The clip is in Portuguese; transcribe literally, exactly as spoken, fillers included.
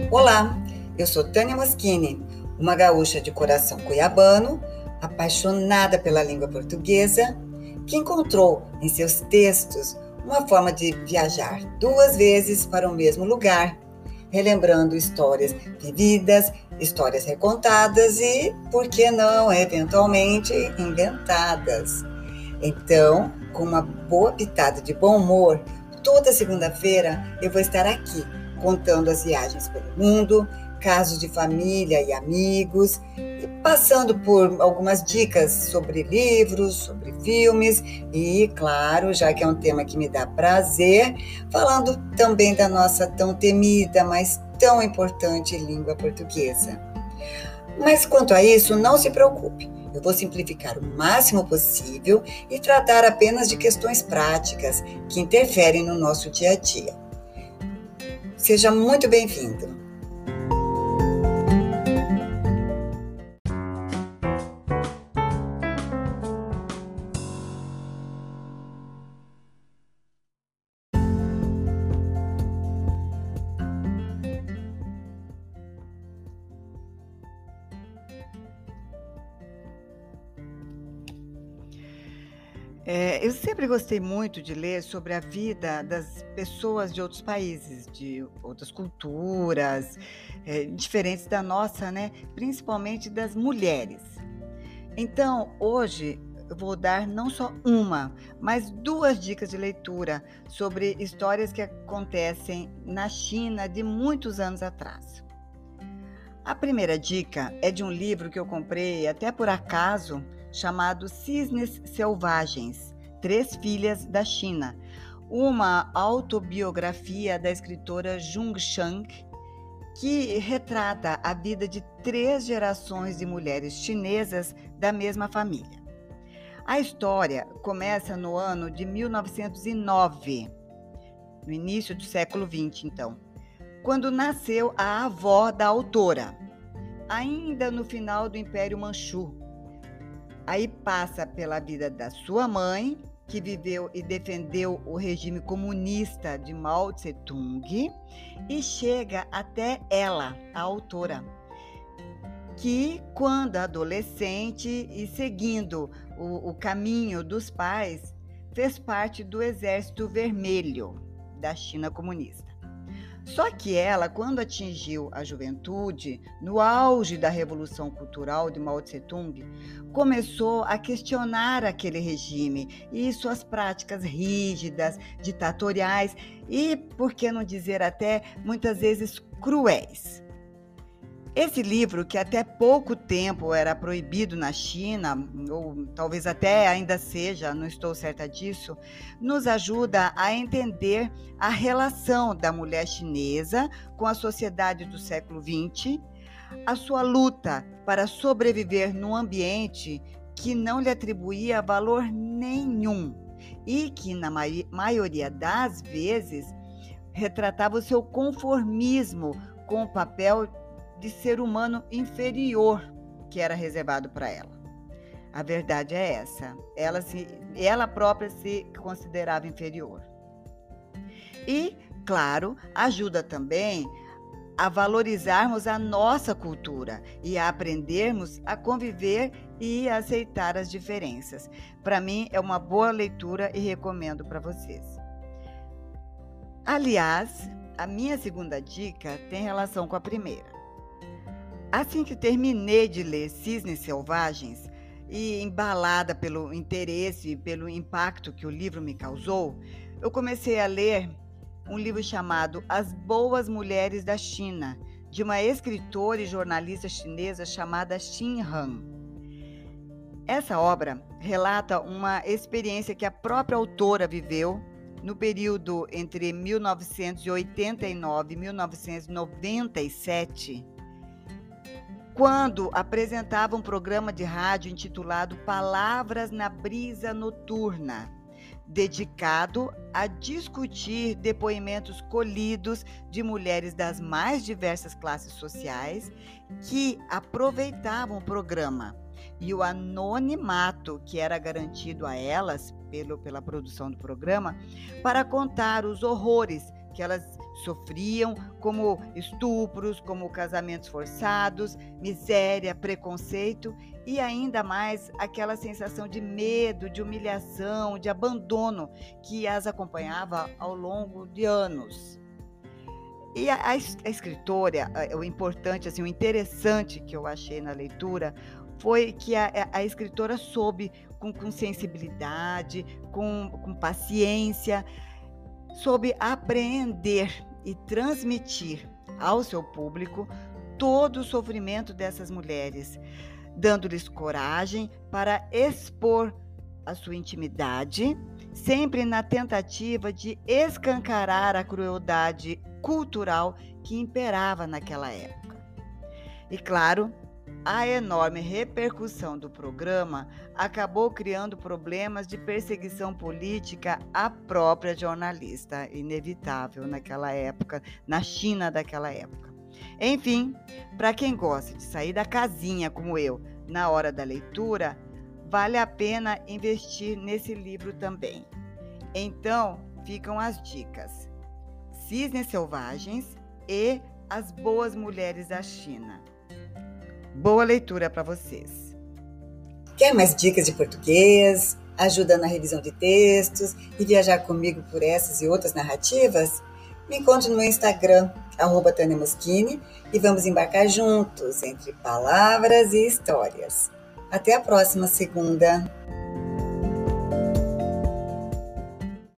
Olá, eu sou Tânia Moschini, uma gaúcha de coração cuiabano, apaixonada pela língua portuguesa, que encontrou em seus textos uma forma de viajar duas vezes para o mesmo lugar, relembrando histórias vividas, histórias recontadas e, por que não, eventualmente inventadas. Então, com uma boa pitada de bom humor, toda segunda-feira eu vou estar aqui contando as viagens pelo mundo, casos de família e amigos, e passando por algumas dicas sobre livros, sobre filmes e, claro, já que é um tema que me dá prazer, falando também da nossa tão temida, mas tão importante língua portuguesa. Mas quanto a isso, não se preocupe. Eu vou simplificar o máximo possível e tratar apenas de questões práticas que interferem no nosso dia a dia. Seja muito bem-vindo! É, eu sempre gostei muito de ler sobre a vida das pessoas de outros países, de outras culturas, é, diferentes da nossa, né? Principalmente das mulheres. Então, hoje eu vou dar não só uma, mas duas dicas de leitura sobre histórias que acontecem na China de muitos anos atrás. A primeira dica é de um livro que eu comprei até por acaso, chamado Cisnes Selvagens, Três Filhas da China, uma autobiografia da escritora Jung Chang, que retrata a vida de três gerações de mulheres chinesas da mesma família. A história começa no ano de mil novecentos e nove, no início do século vinte, então, quando nasceu a avó da autora, ainda no final do Império Manchu. Aí passa pela vida da sua mãe, que viveu e defendeu o regime comunista de Mao Tse-tung, e chega até ela, a autora, que, quando adolescente e seguindo o, o caminho dos pais, fez parte do Exército Vermelho da China comunista. Só que ela, quando atingiu a juventude, no auge da Revolução Cultural de Mao Tse-tung, começou a questionar aquele regime e suas práticas rígidas, ditatoriais e, por que não dizer até, muitas vezes cruéis. Esse livro, que até pouco tempo era proibido na China, ou talvez até ainda seja, não estou certa disso, nos ajuda a entender a relação da mulher chinesa com a sociedade do século vinte, a sua luta para sobreviver num ambiente que não lhe atribuía valor nenhum e que, na maioria das vezes, retratava o seu conformismo com o papel de ser humano inferior que era reservado para ela. A verdade é essa, ela, se, ela própria se considerava inferior. E, claro, ajuda também a valorizarmos a nossa cultura e a aprendermos a conviver e a aceitar as diferenças. Para mim, é uma boa leitura e recomendo para vocês. Aliás, a minha segunda dica tem relação com a primeira. Assim que terminei de ler Cisnes Selvagens e embalada pelo interesse e pelo impacto que o livro me causou, eu comecei a ler um livro chamado As Boas Mulheres da China, de uma escritora e jornalista chinesa chamada Xin Han. Essa obra relata uma experiência que a própria autora viveu no período entre mil novecentos e oitenta e nove e mil novecentos e noventa e sete, quando apresentava um programa de rádio intitulado Palavras na Brisa Noturna, dedicado a discutir depoimentos colhidos de mulheres das mais diversas classes sociais que aproveitavam o programa e o anonimato que era garantido a elas pelo, pela produção do programa para contar os horrores que elas sofriam, como estupros, como casamentos forçados, miséria, preconceito e ainda mais aquela sensação de medo, de humilhação, de abandono que as acompanhava ao longo de anos. E a, a, a escritora, o importante, assim, o interessante que eu achei na leitura foi que a, a escritora soube, com, com sensibilidade, com, com paciência, soube apreender e transmitir ao seu público todo o sofrimento dessas mulheres, dando-lhes coragem para expor a sua intimidade, sempre na tentativa de escancarar a crueldade cultural que imperava naquela época. E claro, a enorme repercussão do programa acabou criando problemas de perseguição política à própria jornalista, inevitável naquela época, na China daquela época. Enfim, para quem gosta de sair da casinha como eu, na hora da leitura, vale a pena investir nesse livro também. Então, ficam as dicas: Cisnes Selvagens e As Boas Mulheres da China. Boa leitura para vocês. Quer mais dicas de português, ajuda na revisão de textos e viajar comigo por essas e outras narrativas? Me encontre no meu Instagram, arroba Tânia Moschini, e vamos embarcar juntos entre palavras e histórias. Até a próxima segunda!